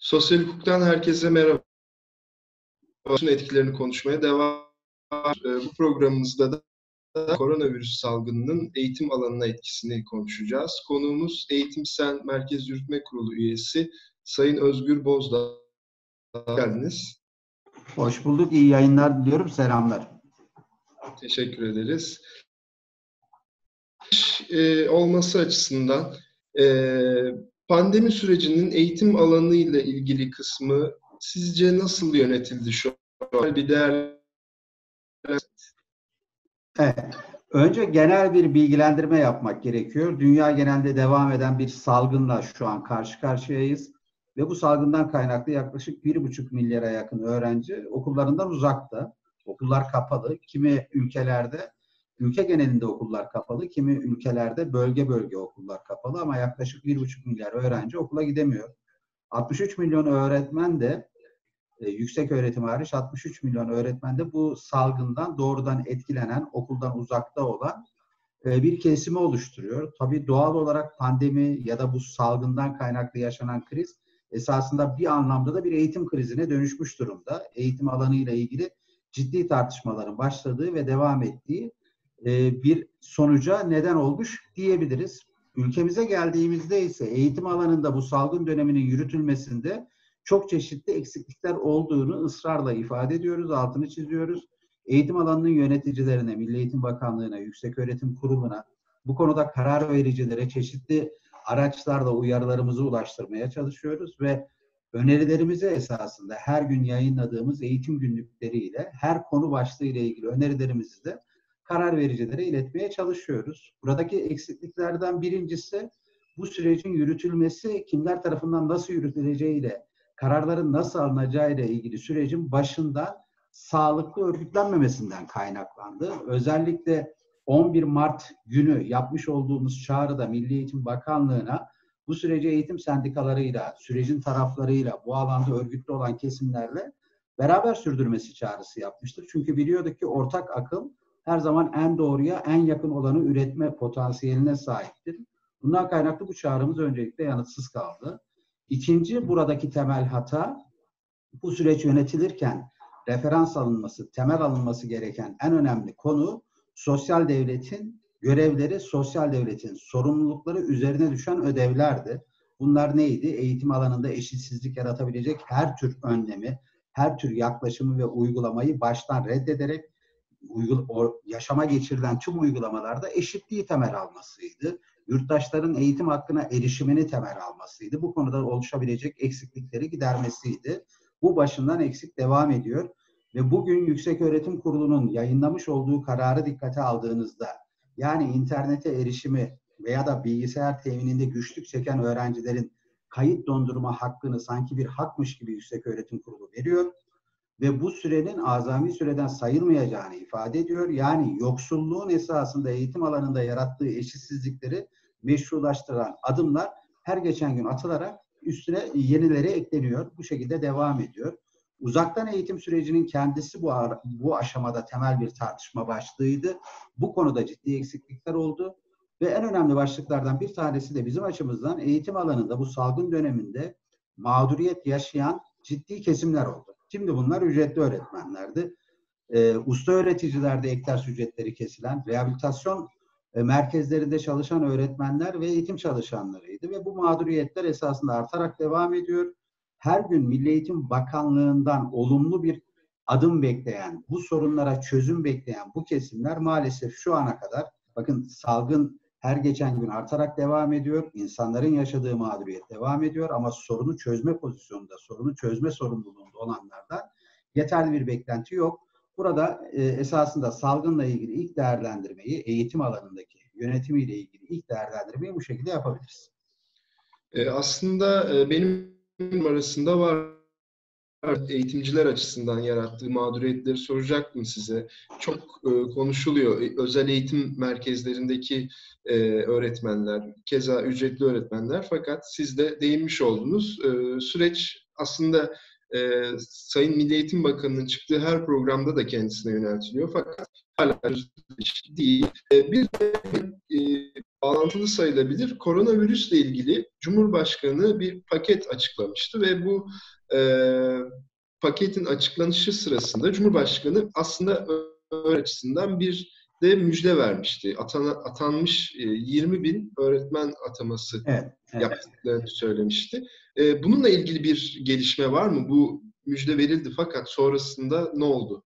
Sosyal hukuktan herkese merhaba. Etkilerini konuşmaya devam. Bu programımızda da koronavirüs salgınının eğitim alanına etkisini konuşacağız. Konuğumuz Eğitim Sen Merkez Yürütme Kurulu üyesi Sayın Özgür Bozdağ. Hoş geldiniz. Hoş bulduk. İyi yayınlar diliyorum. Selamlar. Teşekkür ederiz. Olması açısından pandemi sürecinin eğitim alanı ile ilgili kısmı sizce nasıl yönetildi şu an? Bir değer. Evet. Önce genel bir bilgilendirme yapmak gerekiyor. Dünya genelinde devam eden bir salgınla şu an karşı karşıyayız. Ve bu salgından kaynaklı yaklaşık 1,5 milyara yakın öğrenci okullarından uzakta. Okullar kapalı. Kimi ülkelerde, ülke genelinde okullar kapalı. Kimi ülkelerde bölge bölge okullar kapalı. Ama yaklaşık 1,5 milyar öğrenci okula gidemiyor. 63 milyon öğretmen de yüksek öğretim hariç 63 milyon öğretmen de bu salgından doğrudan etkilenen, okuldan uzakta olan bir kesimi oluşturuyor. Tabii doğal olarak pandemi ya da bu salgından kaynaklı yaşanan kriz esasında bir anlamda da bir eğitim krizine dönüşmüş durumda. Eğitim alanıyla ilgili ciddi tartışmaların başladığı ve devam ettiği bir sonuca neden olmuş diyebiliriz. Ülkemize geldiğimizde ise eğitim alanında bu salgın döneminin yürütülmesinde çok çeşitli eksiklikler olduğunu ısrarla ifade ediyoruz, altını çiziyoruz. Eğitim alanının yöneticilerine, Milli Eğitim Bakanlığı'na, Yükseköğretim Kurulu'na, bu konuda karar vericilere çeşitli araçlarla uyarılarımızı ulaştırmaya çalışıyoruz ve önerilerimizi esasında her gün yayınladığımız eğitim günlükleriyle her konu başlığı ile ilgili önerilerimizi de karar vericilere iletmeye çalışıyoruz. Buradaki eksikliklerden birincisi bu sürecin yürütülmesi, kimler tarafından nasıl yürütüleceğiyle, kararların nasıl alınacağı ile ilgili sürecin başında sağlıklı örgütlenmemesinden kaynaklandı. Özellikle 11 Mart günü yapmış olduğumuz çağrıda Milli Eğitim Bakanlığı'na bu süreci eğitim sendikalarıyla, sürecin taraflarıyla, bu alanda örgütlü olan kesimlerle beraber sürdürmesi çağrısı yapmıştık. Çünkü biliyorduk ki ortak akıl her zaman en doğruya, en yakın olanı üretme potansiyeline sahiptir. Bundan kaynaklı bu çağrımız öncelikle yanıtsız kaldı. İkinci buradaki temel hata, bu süreç yönetilirken referans alınması, temel alınması gereken en önemli konu sosyal devletin görevleri, sosyal devletin sorumlulukları üzerine düşen ödevlerdi. Bunlar neydi? Eğitim alanında eşitsizlik yaratabilecek her tür önlemi, her tür yaklaşımı ve uygulamayı baştan reddederek yaşama geçirilen tüm uygulamalarda eşitliği temel almasıydı. Yurttaşların eğitim hakkına erişimini temel almasıydı. Bu konuda oluşabilecek eksiklikleri gidermesiydi. Bu başından eksik devam ediyor. Ve bugün Yükseköğretim Kurulu'nun yayınlamış olduğu kararı dikkate aldığınızda, yani internete erişimi veya da bilgisayar temininde güçlük çeken öğrencilerin kayıt dondurma hakkını sanki bir hakmış gibi Yükseköğretim Kurulu veriyor ve bu sürenin azami süreden sayılmayacağını ifade ediyor. Yani yoksulluğun esasında eğitim alanında yarattığı eşitsizlikleri meşrulaştıran adımlar her geçen gün atılarak üstüne yenileri ekleniyor. Bu şekilde devam ediyor. Uzaktan eğitim sürecinin kendisi bu aşamada temel bir tartışma başlığıydı. Bu konuda ciddi eksiklikler oldu. Ve en önemli başlıklardan bir tanesi de bizim açımızdan eğitim alanında bu salgın döneminde mağduriyet yaşayan ciddi kesimler oldu. Şimdi bunlar ücretli öğretmenlerdi. Usta öğreticilerde ek ders ücretleri kesilen, rehabilitasyon merkezlerinde çalışan öğretmenler ve eğitim çalışanlarıydı. Ve bu mağduriyetler esasında artarak devam ediyor. Her gün Milli Eğitim Bakanlığı'ndan olumlu bir adım bekleyen, bu sorunlara çözüm bekleyen bu kesimler maalesef şu ana kadar, bakın salgın her geçen gün artarak devam ediyor. İnsanların yaşadığı mağduriyet devam ediyor ama sorunu çözme pozisyonunda, sorunu çözme sorumluluğunda olanlardan yeterli bir beklenti yok. Burada esasında salgınla ilgili ilk değerlendirmeyi, eğitim alanındaki yönetimiyle ilgili ilk değerlendirmeyi bu şekilde yapabiliriz. Aslında benim arasında var. Eğitimciler açısından yarattığı mağduriyetleri soracaktım size. Çok konuşuluyor. Özel eğitim merkezlerindeki öğretmenler, keza ücretli öğretmenler. Fakat siz de değinmiş oldunuz. Süreç aslında Sayın Milli Eğitim Bakanı'nın çıktığı her programda da kendisine yöneltiliyor. Fakat hala değil. Bir de bağlantılı sayılabilir. Koronavirüsle ilgili Cumhurbaşkanı bir paket açıklamıştı ve bu paketin açıklanışı sırasında Cumhurbaşkanı aslında öğrenci açısından bir de müjde vermişti. Atanmış 20 bin öğretmen ataması yaptıklarını söylemişti. Bununla ilgili bir gelişme var mı? Bu müjde verildi fakat sonrasında ne oldu?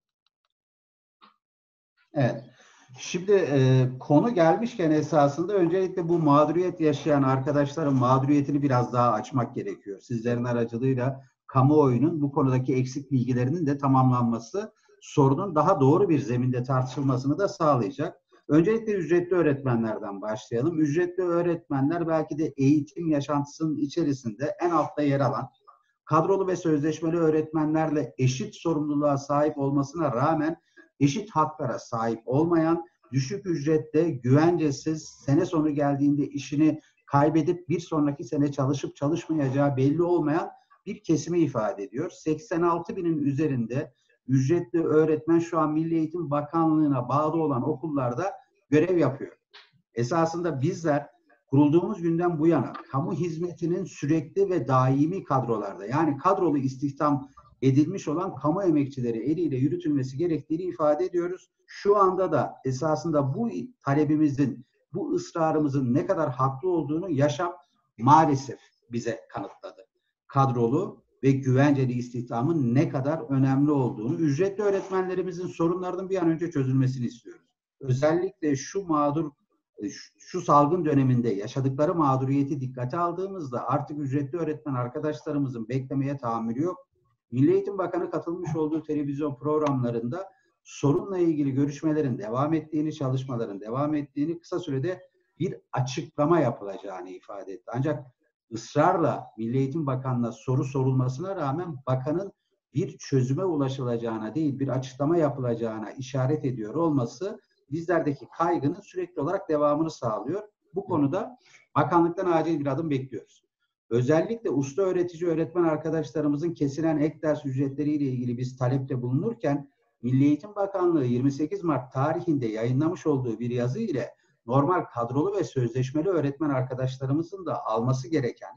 Evet. Şimdi konu gelmişken esasında öncelikle bu mağduriyet yaşayan arkadaşların mağduriyetini biraz daha açmak gerekiyor. Sizlerin aracılığıyla kamuoyunun bu konudaki eksik bilgilerinin de tamamlanması sorunun daha doğru bir zeminde tartışılmasını da sağlayacak. Öncelikle ücretli öğretmenlerden başlayalım. Ücretli öğretmenler belki de eğitim yaşantısının içerisinde en altta yer alan, kadrolu ve sözleşmeli öğretmenlerle eşit sorumluluğa sahip olmasına rağmen eşit haklara sahip olmayan, düşük ücrette, güvencesiz, sene sonu geldiğinde işini kaybedip bir sonraki sene çalışıp çalışmayacağı belli olmayan bir kesimi ifade ediyor. 86 binin üzerinde ücretli öğretmen şu an Milli Eğitim Bakanlığı'na bağlı olan okullarda görev yapıyor. Esasında bizler kurulduğumuz günden bu yana kamu hizmetinin sürekli ve daimi kadrolarda, yani kadrolu istihdam edilmiş olan kamu emekçileri eliyle yürütülmesi gerektiğini ifade ediyoruz. Şu anda da esasında bu talebimizin, bu ısrarımızın ne kadar haklı olduğunu yaşam maalesef bize kanıtladı. Kadrolu ve güvenceli istihdamın ne kadar önemli olduğunu, ücretli öğretmenlerimizin sorunlarının bir an önce çözülmesini istiyoruz. Özellikle şu salgın döneminde yaşadıkları mağduriyeti dikkate aldığımızda artık ücretli öğretmen arkadaşlarımızın beklemeye tahammülü yok. Milli Eğitim Bakanı katılmış olduğu televizyon programlarında sorunla ilgili görüşmelerin devam ettiğini, çalışmaların devam ettiğini, kısa sürede bir açıklama yapılacağını ifade etti. Ancak ısrarla Milli Eğitim Bakanı'na soru sorulmasına rağmen bakanın bir çözüme ulaşılacağına değil, bir açıklama yapılacağına işaret ediyor olması bizlerdeki kaygının sürekli olarak devamını sağlıyor. Bu konuda bakanlıktan acil bir adım bekliyoruz. Özellikle usta öğretici öğretmen arkadaşlarımızın kesilen ek ders ücretleriyle ilgili biz talepte bulunurken Milli Eğitim Bakanlığı 28 Mart tarihinde yayınlamış olduğu bir yazı ile normal kadrolu ve sözleşmeli öğretmen arkadaşlarımızın da alması gereken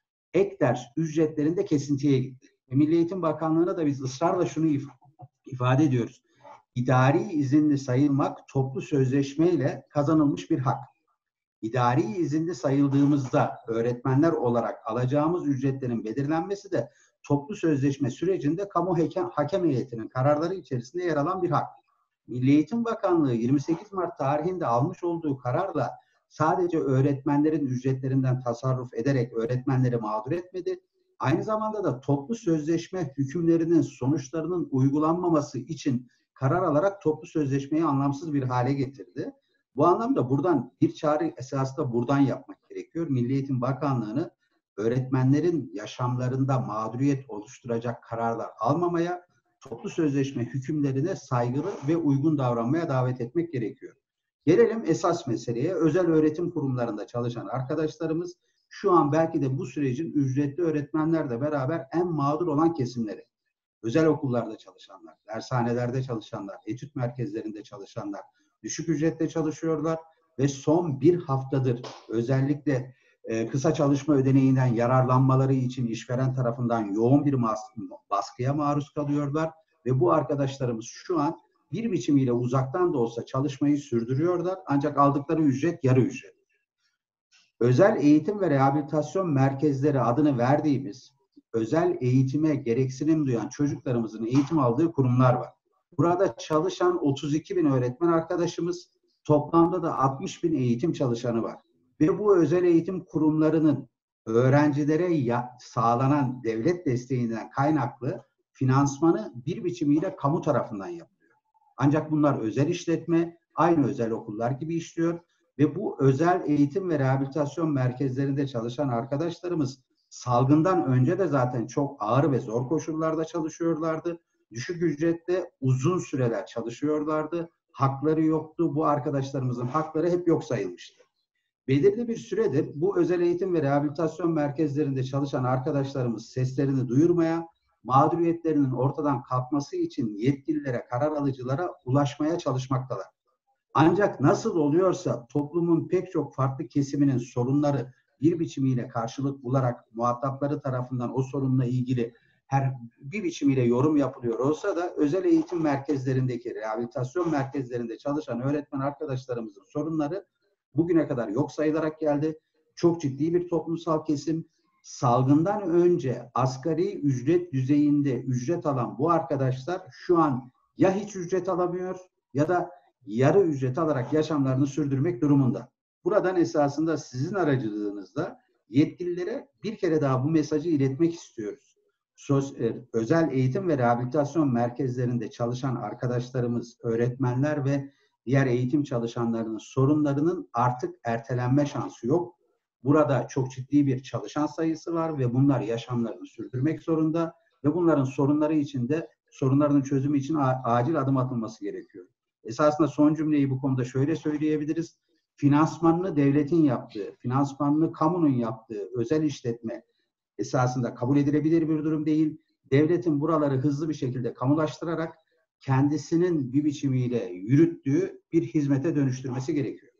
ek ders ücretlerinde kesintiye gitti. Milli Eğitim Bakanlığı'na da biz ısrarla şunu ifade ediyoruz. İdari izinli sayılmak toplu sözleşmeyle kazanılmış bir hak. İdari izinli sayıldığımızda öğretmenler olarak alacağımız ücretlerin belirlenmesi de toplu sözleşme sürecinde kamu hakem heyetinin kararları içerisinde yer alan bir hak. Milli Eğitim Bakanlığı 28 Mart tarihinde almış olduğu kararla sadece öğretmenlerin ücretlerinden tasarruf ederek öğretmenleri mağdur etmedi. Aynı zamanda da toplu sözleşme hükümlerinin sonuçlarının uygulanmaması için karar alarak toplu sözleşmeyi anlamsız bir hale getirdi. Bu anlamda buradan bir çağrı esasında buradan yapmak gerekiyor. Milli Eğitim Bakanlığı'nı öğretmenlerin yaşamlarında mağduriyet oluşturacak kararlar almamaya, toplu sözleşme hükümlerine saygılı ve uygun davranmaya davet etmek gerekiyor. Gelelim esas meseleye. Özel öğretim kurumlarında çalışan arkadaşlarımız şu an belki de bu sürecin ücretli öğretmenlerle beraber en mağdur olan kesimleri. Özel okullarda çalışanlar, dershanelerde çalışanlar, etüt merkezlerinde çalışanlar düşük ücretle çalışıyorlar ve son bir haftadır özellikle kısa çalışma ödeneğinden yararlanmaları için işveren tarafından yoğun bir baskıya maruz kalıyorlar ve bu arkadaşlarımız şu an bir biçimiyle uzaktan da olsa çalışmayı sürdürüyorlar ancak aldıkları ücret yarı ücret. Özel eğitim ve rehabilitasyon merkezleri adını verdiğimiz özel eğitime gereksinim duyan çocuklarımızın eğitim aldığı kurumlar var. Burada çalışan 32 bin öğretmen arkadaşımız, toplamda da 60 bin eğitim çalışanı var. Ve bu özel eğitim kurumlarının öğrencilere sağlanan devlet desteğinden kaynaklı finansmanı bir biçimiyle kamu tarafından yapılıyor. Ancak bunlar özel işletme, aynı özel okullar gibi işliyor ve bu özel eğitim ve rehabilitasyon merkezlerinde çalışan arkadaşlarımız salgından önce de zaten çok ağır ve zor koşullarda çalışıyorlardı. Düşük ücretle uzun süreler çalışıyorlardı. Hakları yoktu. Bu arkadaşlarımızın hakları hep yok sayılmıştı. Belirli bir süredir bu özel eğitim ve rehabilitasyon merkezlerinde çalışan arkadaşlarımız seslerini duyurmaya, mağduriyetlerinin ortadan kalkması için yetkililere, karar alıcılara ulaşmaya çalışmaktalar. Ancak nasıl oluyorsa toplumun pek çok farklı kesiminin sorunları bir biçimiyle karşılık bularak muhatapları tarafından o sorunla ilgili her bir biçimiyle yorum yapılıyor olsa da özel eğitim merkezlerindeki, rehabilitasyon merkezlerinde çalışan öğretmen arkadaşlarımızın sorunları bugüne kadar yok sayılarak geldi. Çok ciddi bir toplumsal kesim, salgından önce asgari ücret düzeyinde ücret alan bu arkadaşlar şu an ya hiç ücret alamıyor ya da yarı ücret alarak yaşamlarını sürdürmek durumunda. Buradan esasında sizin aracılığınızla yetkililere bir kere daha bu mesajı iletmek istiyoruz. Özel eğitim ve rehabilitasyon merkezlerinde çalışan arkadaşlarımız, öğretmenler ve diğer eğitim çalışanlarının sorunlarının artık ertelenme şansı yok. Burada çok ciddi bir çalışan sayısı var ve bunlar yaşamlarını sürdürmek zorunda ve bunların sorunları için de sorunlarının çözümü için acil adım atılması gerekiyor. Esasında son cümleyi bu konuda şöyle söyleyebiliriz. Finansmanını devletin yaptığı, finansmanını kamunun yaptığı özel işletme esasında kabul edilebilir bir durum değil. Devletin buraları hızlı bir şekilde kamulaştırarak kendisinin bir biçimiyle yürüttüğü bir hizmete dönüştürmesi gerekiyor.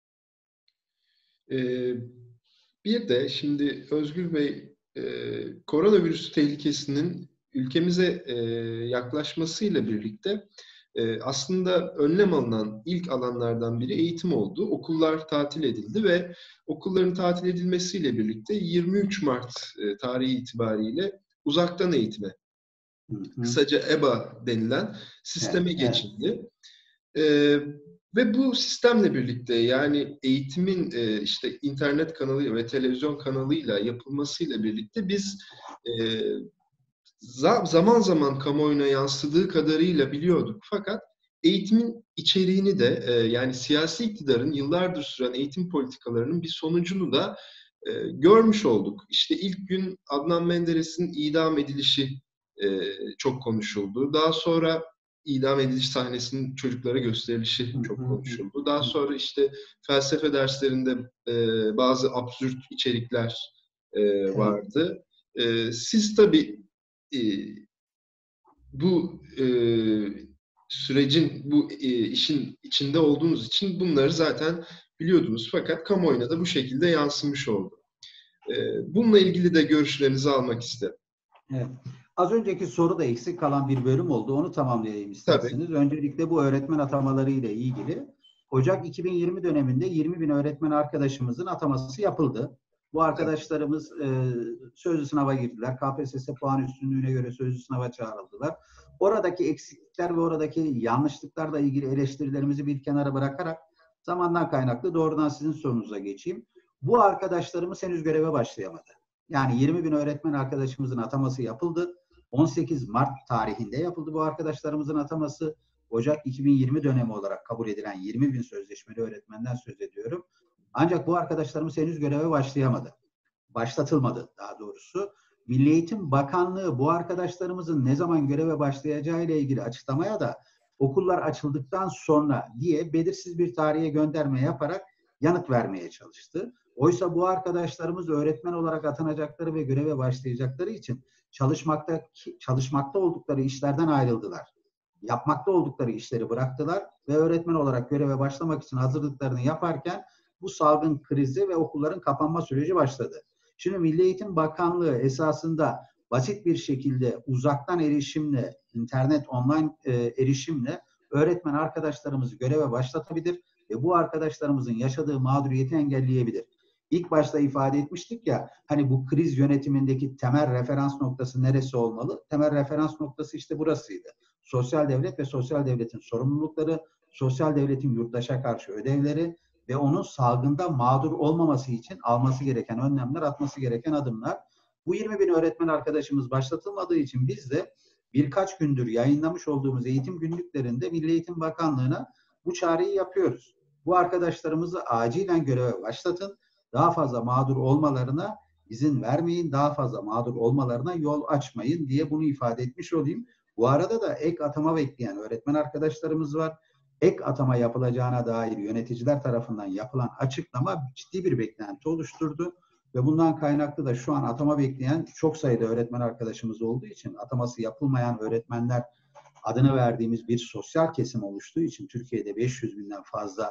Bir de şimdi Özgür Bey, koronavirüs tehlikesinin ülkemize yaklaşmasıyla birlikte aslında önlem alınan ilk alanlardan biri eğitim oldu. Okullar tatil edildi ve okulların tatil edilmesiyle birlikte 23 Mart tarihi itibariyle uzaktan eğitime, kısaca EBA denilen sisteme geçildi. Ve bu sistemle birlikte yani eğitimin işte internet kanalı ve televizyon kanalıyla yapılmasıyla birlikte biz zaman zaman kamuoyuna yansıdığı kadarıyla biliyorduk. Fakat eğitimin içeriğini de yani siyasi iktidarın yıllardır süren eğitim politikalarının bir sonucunu da görmüş olduk. İşte ilk gün Adnan Menderes'in idam edilişi çok konuşuldu. Daha sonra idam ediliş sahnesinin çocuklara gösterilişi çok konuşuldu. Daha sonra işte felsefe derslerinde bazı absürt içerikler vardı. Siz tabii bu sürecin, bu işin içinde olduğunuz için bunları zaten biliyordunuz. Fakat kamuoyuna da bu şekilde yansımış oldu. Bununla ilgili de görüşlerinizi almak isterim. Evet. Az önceki soru da eksik kalan bir bölüm oldu. Onu tamamlayayım isterseniz. Tabii. Öncelikle bu öğretmen atamaları ile ilgili Ocak 2020 döneminde 20 bin öğretmen arkadaşımızın ataması yapıldı. Bu arkadaşlarımız sözlü sınava girdiler. KPSS puan üstünlüğüne göre sözlü sınava çağrıldılar. Oradaki eksiklikler ve oradaki yanlışlıklarla ilgili eleştirilerimizi bir kenara bırakarak zamandan kaynaklı doğrudan sizin sorunuza geçeyim. Bu arkadaşlarımız henüz göreve başlayamadı. Yani 20 bin öğretmen arkadaşımızın ataması yapıldı. 18 Mart tarihinde yapıldı bu arkadaşlarımızın ataması. Ocak 2020 dönemi olarak kabul edilen 20 bin sözleşmeli öğretmenden söz ediyorum. Ancak bu arkadaşlarımız henüz göreve başlayamadı. Başlatılmadı daha doğrusu. Milli Eğitim Bakanlığı bu arkadaşlarımızın ne zaman göreve başlayacağı ile ilgili açıklamaya da okullar açıldıktan sonra diye belirsiz bir tarihe gönderme yaparak yanıt vermeye çalıştı. Oysa bu arkadaşlarımız öğretmen olarak atanacakları ve göreve başlayacakları için çalışmakta oldukları işlerden ayrıldılar. Yapmakta oldukları işleri bıraktılar ve öğretmen olarak göreve başlamak için hazırlıklarını yaparken bu salgın krizi ve okulların kapanma süreci başladı. Şimdi Milli Eğitim Bakanlığı esasında basit bir şekilde uzaktan erişimle, internet online erişimle öğretmen arkadaşlarımızı göreve başlatabilir ve bu arkadaşlarımızın yaşadığı mağduriyeti engelleyebilir. İlk başta ifade etmiştik ya, hani bu kriz yönetimindeki temel referans noktası neresi olmalı? Temel referans noktası işte burasıydı. Sosyal devlet ve sosyal devletin sorumlulukları, sosyal devletin yurttaşa karşı ödevleri ve onun salgında mağdur olmaması için alması gereken önlemler, atması gereken adımlar. Bu 20 bin öğretmen arkadaşımız başlatılmadığı için biz de birkaç gündür yayınlamış olduğumuz eğitim günlüklerinde Milli Eğitim Bakanlığı'na bu çağrıyı yapıyoruz. Bu arkadaşlarımızı acilen göreve başlatın. Daha fazla mağdur olmalarına izin vermeyin, daha fazla mağdur olmalarına yol açmayın diye bunu ifade etmiş olayım. Bu arada da ek atama bekleyen öğretmen arkadaşlarımız var. Ek atama yapılacağına dair yöneticiler tarafından yapılan açıklama ciddi bir beklenti oluşturdu. Ve bundan kaynaklı da şu an atama bekleyen çok sayıda öğretmen arkadaşımız olduğu için ataması yapılmayan öğretmenler adını verdiğimiz bir sosyal kesim oluştuğu için Türkiye'de 500 binden fazla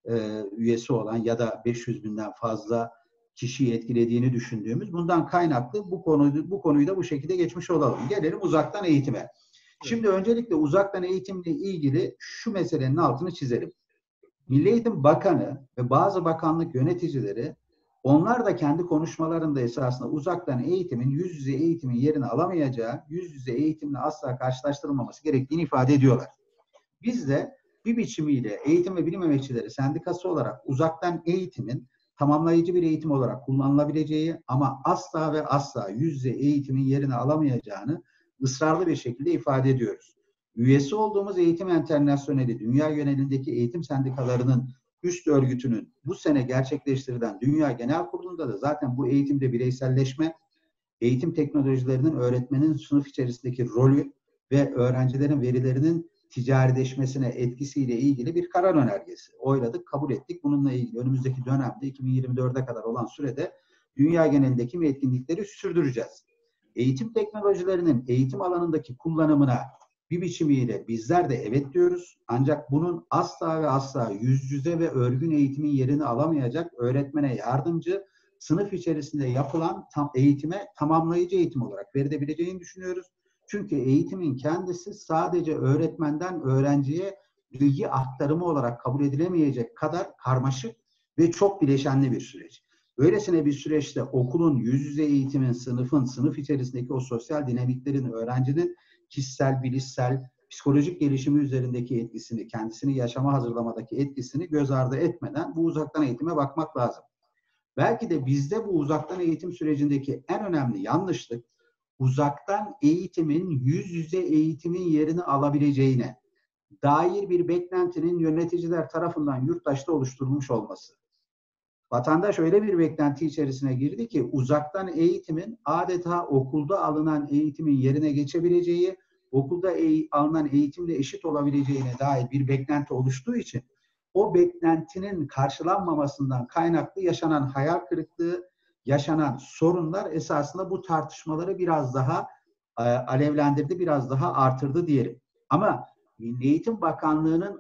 üyesi olan ya da 500 binden fazla kişiyi etkilediğini düşündüğümüz, bundan kaynaklı bu konuyu da bu şekilde geçmiş olalım. Gelelim uzaktan eğitime. Şimdi öncelikle uzaktan eğitimle ilgili şu meselenin altını çizelim. Milli Eğitim Bakanı ve bazı bakanlık yöneticileri, onlar da kendi konuşmalarında esasında uzaktan eğitimin yüz yüze eğitimin yerini alamayacağı, yüz yüze eğitimle asla karşılaştırılmaması gerektiğini ifade ediyorlar. Biz de bir biçimiyle Eğitim ve Bilim Emekçileri Sendikası olarak uzaktan eğitimin tamamlayıcı bir eğitim olarak kullanılabileceği ama asla ve asla yüz yüze eğitimin yerini alamayacağını ısrarlı bir şekilde ifade ediyoruz. Üyesi olduğumuz Eğitim Enternasyoneli, dünya genelindeki eğitim sendikalarının üst örgütünün bu sene gerçekleştirilen Dünya Genel Kurulu'nda da zaten bu eğitimde bireyselleşme, eğitim teknolojilerinin öğretmenin sınıf içerisindeki rolü ve öğrencilerin verilerinin ticarileşmesine etkisiyle ilgili bir karar önergesi oyladık, kabul ettik. Bununla ilgili önümüzdeki dönemde 2024'e kadar olan sürede dünya genelindeki etkinlikleri sürdüreceğiz. Eğitim teknolojilerinin eğitim alanındaki kullanımına bir biçimiyle bizler de evet diyoruz. Ancak bunun asla ve asla yüz yüze ve örgün eğitimin yerini alamayacak, öğretmene yardımcı, sınıf içerisinde yapılan eğitime tamamlayıcı eğitim olarak verilebileceğini düşünüyoruz. Çünkü eğitimin kendisi sadece öğretmenden öğrenciye bilgi aktarımı olarak kabul edilemeyecek kadar karmaşık ve çok bileşenli bir süreç. Böylesine bir süreçte okulun yüz yüze eğitimin, sınıf içerisindeki o sosyal dinamiklerin öğrencinin kişisel, bilişsel, psikolojik gelişimi üzerindeki etkisini, kendisini yaşama hazırlamadaki etkisini göz ardı etmeden bu uzaktan eğitime bakmak lazım. Belki de bizde bu uzaktan eğitim sürecindeki en önemli yanlışlık, uzaktan eğitimin yüz yüze eğitimin yerini alabileceğine dair bir beklentinin yöneticiler tarafından yurttaşta oluşturulmuş olması. Vatandaş öyle bir beklenti içerisine girdi ki uzaktan eğitimin adeta okulda alınan eğitimin yerine geçebileceği, okulda alınan eğitimle eşit olabileceğine dair bir beklenti oluştuğu için o beklentinin karşılanmamasından kaynaklı yaşanan hayal kırıklığı, yaşanan sorunlar esasında bu tartışmaları biraz daha alevlendirdi, biraz daha artırdı diyelim. Ama Milli Eğitim Bakanlığı'nın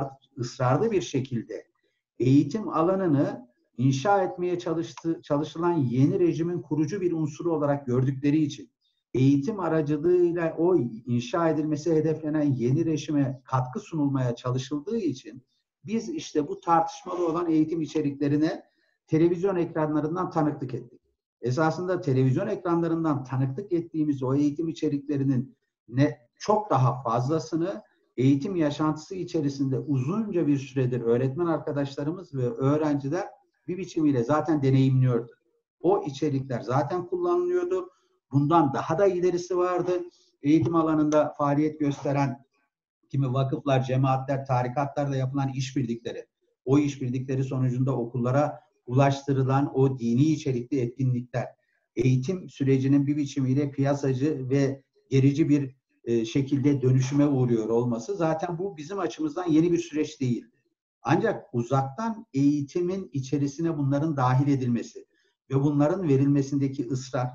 ısrarlı bir şekilde eğitim alanını inşa etmeye çalışılan yeni rejimin kurucu bir unsuru olarak gördükleri için, eğitim aracılığıyla o inşa edilmesi hedeflenen yeni rejime katkı sunulmaya çalışıldığı için biz işte bu tartışmalı olan eğitim içeriklerine televizyon ekranlarından tanıklık ettik. Esasında televizyon ekranlarından tanıklık ettiğimiz o eğitim içeriklerinin çok daha fazlasını eğitim yaşantısı içerisinde uzunca bir süredir öğretmen arkadaşlarımız ve öğrenciler bir biçimiyle zaten deneyimliyordu. O içerikler zaten kullanılıyordu. Bundan daha da ilerisi vardı. Eğitim alanında faaliyet gösteren kimi vakıflar, cemaatler, tarikatlarla yapılan işbirlikleri, o işbirlikleri sonucunda okullara ulaştırılan o dini içerikli etkinlikler, eğitim sürecinin bir biçimiyle piyasacı ve gerici bir şekilde dönüşüme uğruyor olması zaten bu bizim açımızdan yeni bir süreç değildi. Ancak uzaktan eğitimin içerisine bunların dahil edilmesi ve bunların verilmesindeki ısrar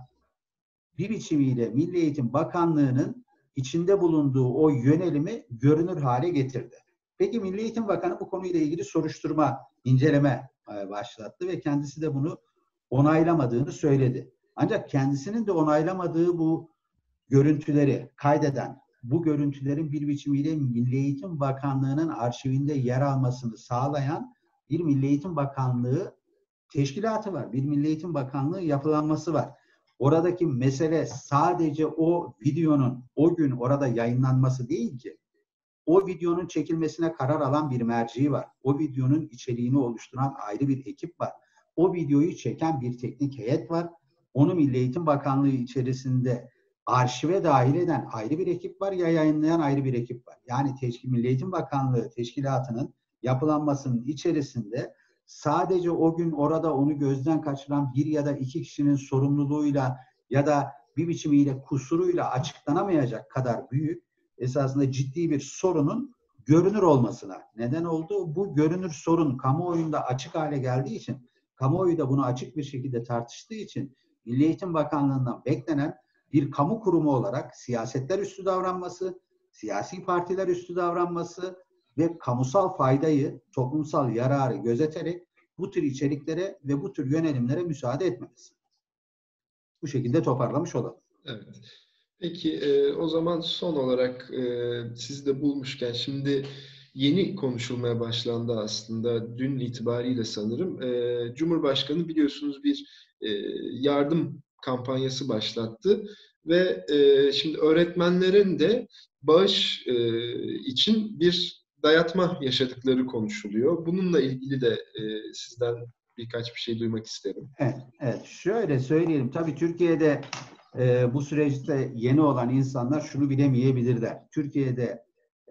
bir biçimiyle Milli Eğitim Bakanlığı'nın içinde bulunduğu o yönelimi görünür hale getirdi. Peki Milli Eğitim Bakanı bu konuyla ilgili soruşturma, inceleme başlattı ve kendisi de bunu onaylamadığını söyledi. Ancak kendisinin de onaylamadığı bu görüntüleri kaydeden, bu görüntülerin bir biçimiyle Milli Eğitim Bakanlığı'nın arşivinde yer almasını sağlayan bir Milli Eğitim Bakanlığı teşkilatı var. Bir Milli Eğitim Bakanlığı yapılanması var. Oradaki mesele sadece o videonun o gün orada yayınlanması değil ki. O videonun çekilmesine karar alan bir merci var. O videonun içeriğini oluşturan ayrı bir ekip var. O videoyu çeken bir teknik heyet var. Onu Milli Eğitim Bakanlığı içerisinde arşive dahil eden ayrı bir ekip var, ya yayınlayan ayrı bir ekip var. Yani Milli Eğitim Bakanlığı teşkilatının yapılanmasının içerisinde sadece o gün orada onu gözden kaçıran bir ya da iki kişinin sorumluluğuyla ya da bir biçimiyle kusuruyla açıklanamayacak kadar büyük, esasında ciddi bir sorunun görünür olmasına neden oldu. Bu görünür sorun kamuoyunda açık hale geldiği için, kamuoyu da bunu açık bir şekilde tartıştığı için Milli Eğitim Bakanlığı'ndan beklenen bir kamu kurumu olarak siyasetler üstü davranması, siyasi partiler üstü davranması ve kamusal faydayı, toplumsal yararı gözeterek bu tür içeriklere ve bu tür yönelimlere müsaade etmemesi. Bu şekilde toparlamış olalım. Evet. Peki o zaman son olarak sizi de bulmuşken şimdi yeni konuşulmaya başlandı aslında dün itibariyle sanırım. Cumhurbaşkanı biliyorsunuz bir yardım kampanyası başlattı ve şimdi öğretmenlerin de bağış için bir dayatma yaşadıkları konuşuluyor. Bununla ilgili de sizden birkaç bir şey duymak isterim. Evet. Şöyle söyleyelim. Tabii Türkiye'de bu süreçte yeni olan insanlar şunu bilemeyebilirler. Türkiye'de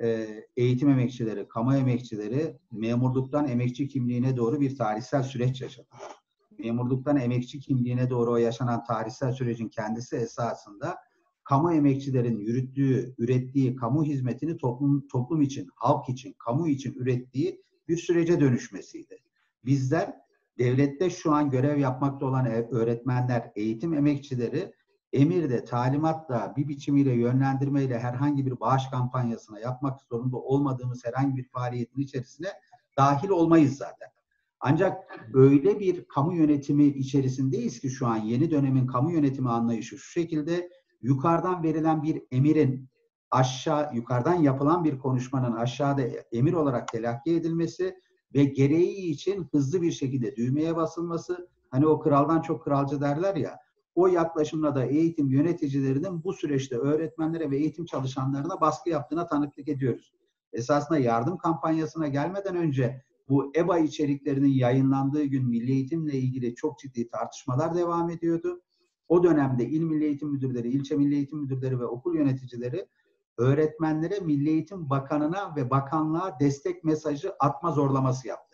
eğitim emekçileri, kamu emekçileri memurluktan emekçi kimliğine doğru bir tarihsel süreç yaşadı. Memurluktan emekçi kimliğine doğru o yaşanan tarihsel sürecin kendisi esasında kamu emekçilerin ürettiği kamu hizmetini toplum için, halk için, kamu için ürettiği bir sürece dönüşmesiydi. Bizler devlette şu an görev yapmakta olan öğretmenler, eğitim emekçileri emirde, talimatla, bir biçimiyle, yönlendirmeyle herhangi bir bağış kampanyasına yapmak zorunda olmadığımız herhangi bir faaliyetin içerisine dahil olmayız zaten. Ancak öyle bir kamu yönetimi içerisindeyiz ki şu an yeni dönemin kamu yönetimi anlayışı şu şekilde: yukarıdan verilen bir emirin yukarıdan yapılan bir konuşmanın aşağıda emir olarak telakki edilmesi ve gereği için hızlı bir şekilde düğmeye basılması, hani o kraldan çok kralcı derler ya, o yaklaşımla da eğitim yöneticilerinin bu süreçte öğretmenlere ve eğitim çalışanlarına baskı yaptığına tanıklık ediyoruz. Esasında yardım kampanyasına gelmeden önce bu EBA içeriklerinin yayınlandığı gün milli eğitimle ilgili çok ciddi tartışmalar devam ediyordu. O dönemde il milli eğitim müdürleri, ilçe milli eğitim müdürleri ve okul yöneticileri öğretmenlere Milli Eğitim Bakanı'na ve bakanlığa destek mesajı atma zorlaması yaptı.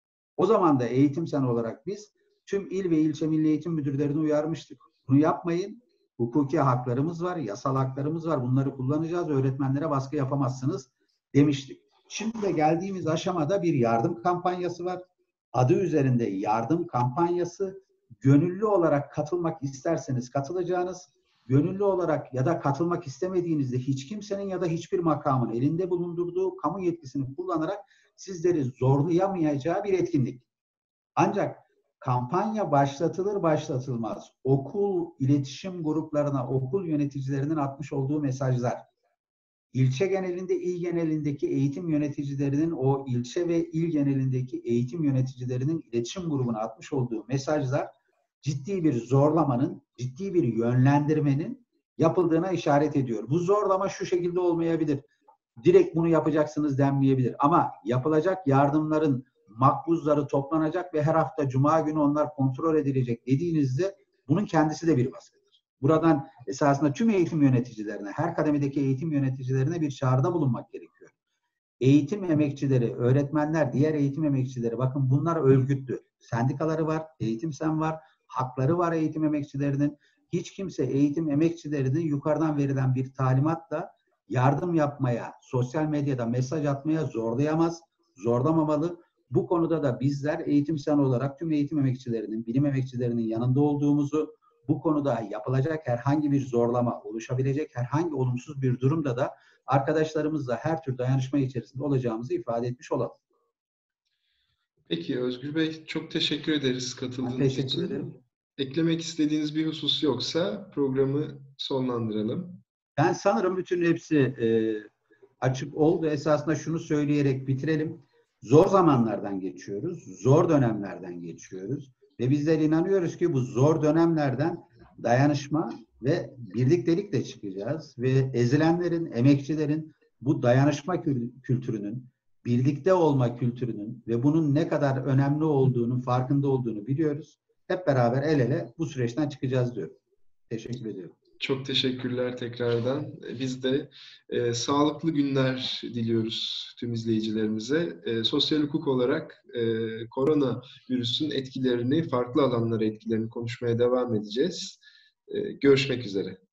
O zaman da Eğitim Sen olarak biz tüm il ve ilçe milli eğitim müdürlerini uyarmıştık. Bunu yapmayın. Hukuki haklarımız var, yasal haklarımız var. Bunları kullanacağız. Öğretmenlere baskı yapamazsınız demiştik. Şimdi de geldiğimiz aşamada bir yardım kampanyası var. Adı üzerinde yardım kampanyası. Gönüllü olarak katılmak isterseniz katılacağınız, gönüllü olarak ya da katılmak istemediğinizde hiç kimsenin ya da hiçbir makamın elinde bulundurduğu kamu yetkisini kullanarak sizleri zorlayamayacağı bir etkinlik. Ancak kampanya başlatılır başlatılmaz okul iletişim gruplarına, okul yöneticilerinin atmış olduğu mesajlar, ilçe genelinde, il genelindeki eğitim yöneticilerinin o ilçe ve il genelindeki eğitim yöneticilerinin iletişim grubuna atmış olduğu mesajlar ciddi bir zorlamanın, ciddi bir yönlendirmenin yapıldığına işaret ediyor. Bu zorlama şu şekilde olmayabilir. Direkt bunu yapacaksınız denmeyebilir. Ama yapılacak yardımların makbuzları toplanacak ve her hafta Cuma günü onlar kontrol edilecek dediğinizde bunun kendisi de bir baskıdır. Buradan esasında tüm eğitim yöneticilerine, her kademedeki eğitim yöneticilerine bir çağrıda bulunmak gerekiyor. Eğitim emekçileri, öğretmenler, diğer eğitim emekçileri, bakın bunlar örgütlü. Sendikaları var, Eğitim Sen var, hakları var eğitim emekçilerinin. Hiç kimse eğitim emekçilerinin yukarıdan verilen bir talimatla yardım yapmaya, sosyal medyada mesaj atmaya zorlayamaz, zorlamamalı. Bu konuda da bizler Eğitim Sen olarak tüm eğitim emekçilerinin, bilim emekçilerinin yanında olduğumuzu, bu konuda yapılacak herhangi bir zorlama, oluşabilecek herhangi olumsuz bir durumda da arkadaşlarımızla her tür dayanışma içerisinde olacağımızı ifade etmiş olalım. Peki Özgür Bey, çok teşekkür ederiz katıldığınız için. Teşekkür ederim. Eklemek istediğiniz bir husus yoksa programı sonlandıralım. Ben sanırım bütün hepsi açık oldu. Esasında şunu söyleyerek bitirelim. Zor zamanlardan geçiyoruz, zor dönemlerden geçiyoruz ve bizler inanıyoruz ki bu zor dönemlerden dayanışma ve birliktelikle çıkacağız ve ezilenlerin, emekçilerin bu dayanışma kültürünün, birlikte olma kültürünün ve bunun ne kadar önemli olduğunun farkında olduğunu biliyoruz. Hep beraber el ele bu süreçten çıkacağız diyorum. Teşekkür ediyorum. Çok teşekkürler tekrardan. Biz de sağlıklı günler diliyoruz tüm izleyicilerimize. Sosyal hukuk olarak korona virüsün etkilerini, farklı alanlara etkilerini konuşmaya devam edeceğiz. Görüşmek üzere.